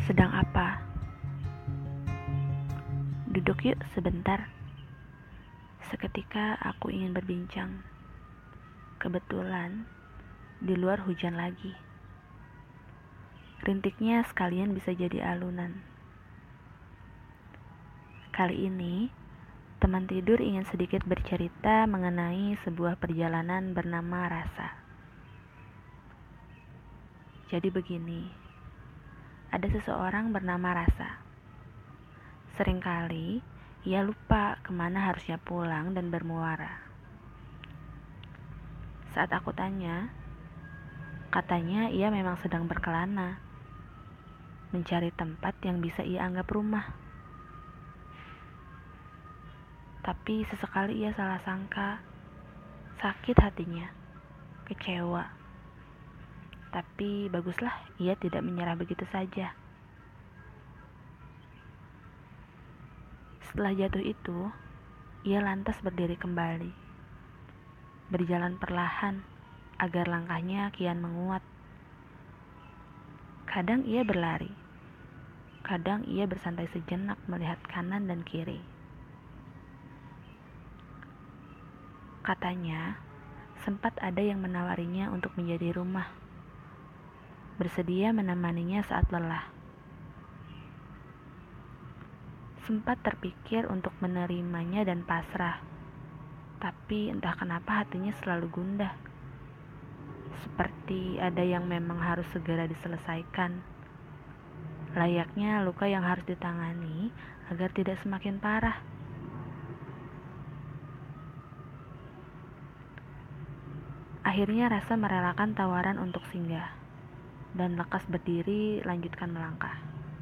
Sedang apa? Duduk yuk sebentar. Seketika aku ingin berbincang. Kebetulan di luar hujan lagi. Rintiknya sekalian bisa jadi alunan. Kali ini, teman tidur ingin sedikit bercerita mengenai sebuah perjalanan bernama rasa. Jadi begini, ada seseorang bernama Rasa. Seringkali ia lupa kemana harusnya pulang dan bermuara. Saat aku tanya, katanya ia memang sedang berkelana, mencari tempat yang bisa ia anggap rumah. Tapi sesekali ia salah sangka, sakit hatinya, kecewa. Tapi baguslah ia tidak menyerah begitu saja. Setelah jatuh itu, ia lantas berdiri kembali, berjalan perlahan agar langkahnya kian menguat. Kadang ia berlari, kadang ia bersantai sejenak melihat kanan dan kiri. Katanya, sempat ada yang menawarinya untuk menjadi rumah, bersedia menemaninya saat lelah. Sempat terpikir untuk menerimanya dan pasrah, tapi entah kenapa hatinya selalu gundah. Seperti ada yang memang harus segera diselesaikan. Layaknya luka yang harus ditangani agar tidak semakin parah. Akhirnya Rasa merelakan tawaran untuk singgah dan lekas berdiri lanjutkan melangkah.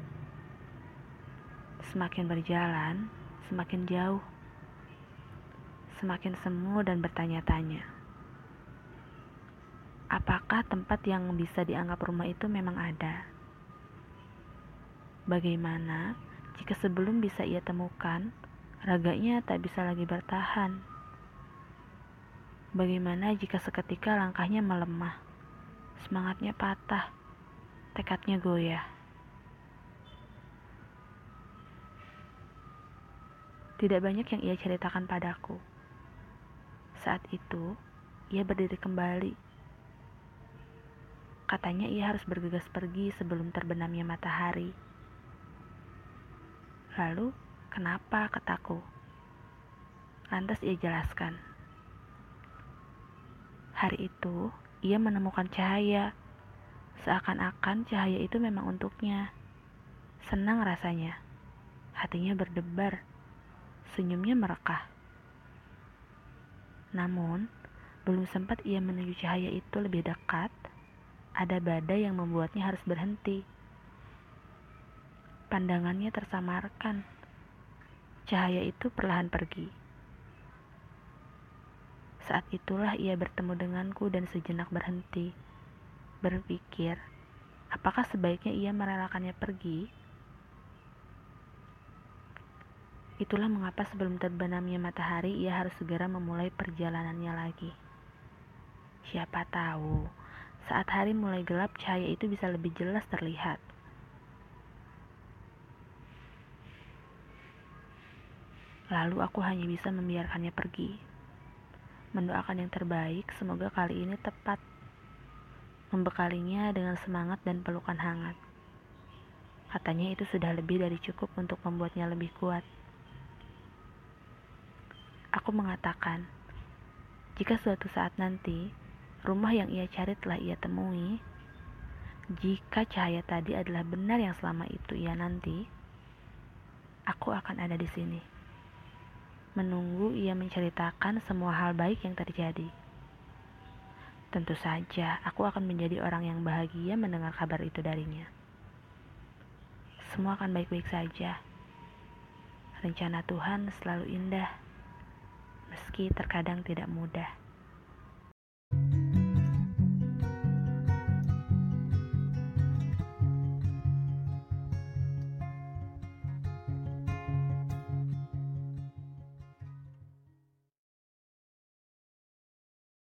Semakin berjalan, semakin jauh, semakin semu dan bertanya-tanya. Apakah tempat yang bisa dianggap rumah itu memang ada? Bagaimana jika sebelum bisa ia temukan, raganya tak bisa lagi bertahan? Bagaimana jika seketika langkahnya melemah, semangatnya patah, tekadnya goyah? Tidak banyak yang ia ceritakan padaku. Saat itu, ia berdiri kembali. Katanya ia harus bergegas pergi sebelum terbenamnya matahari. Lalu, kenapa, kataku? Lantas ia jelaskan. Hari itu, ia menemukan cahaya. Seakan-akan cahaya itu memang untuknya. Senang rasanya. Hatinya berdebar. Senyumnya merekah. Namun, belum sempat ia menuju cahaya itu lebih dekat, ada badai yang membuatnya harus berhenti. Pandangannya tersamarkan. Cahaya itu perlahan pergi. Saat itulah ia bertemu denganku dan sejenak berhenti. Berpikir, apakah sebaiknya ia merelakannya pergi? Itulah mengapa sebelum terbenamnya matahari ia harus segera memulai perjalanannya lagi. Siapa tahu, saat hari mulai gelap cahaya itu bisa lebih jelas terlihat. Lalu aku hanya bisa membiarkannya pergi. Mendoakan yang terbaik, semoga kali ini tepat. Membekalinya dengan semangat dan pelukan hangat. Katanya itu sudah lebih dari cukup untuk membuatnya lebih kuat. Aku mengatakan, jika suatu saat nanti, rumah yang ia cari telah ia temui, jika cahaya tadi adalah benar yang selama itu ia nanti, aku akan ada di sini. Menunggu ia menceritakan semua hal baik yang terjadi. Tentu saja, aku akan menjadi orang yang bahagia mendengar kabar itu darinya. Semua akan baik-baik saja. Rencana Tuhan selalu indah, meski terkadang tidak mudah.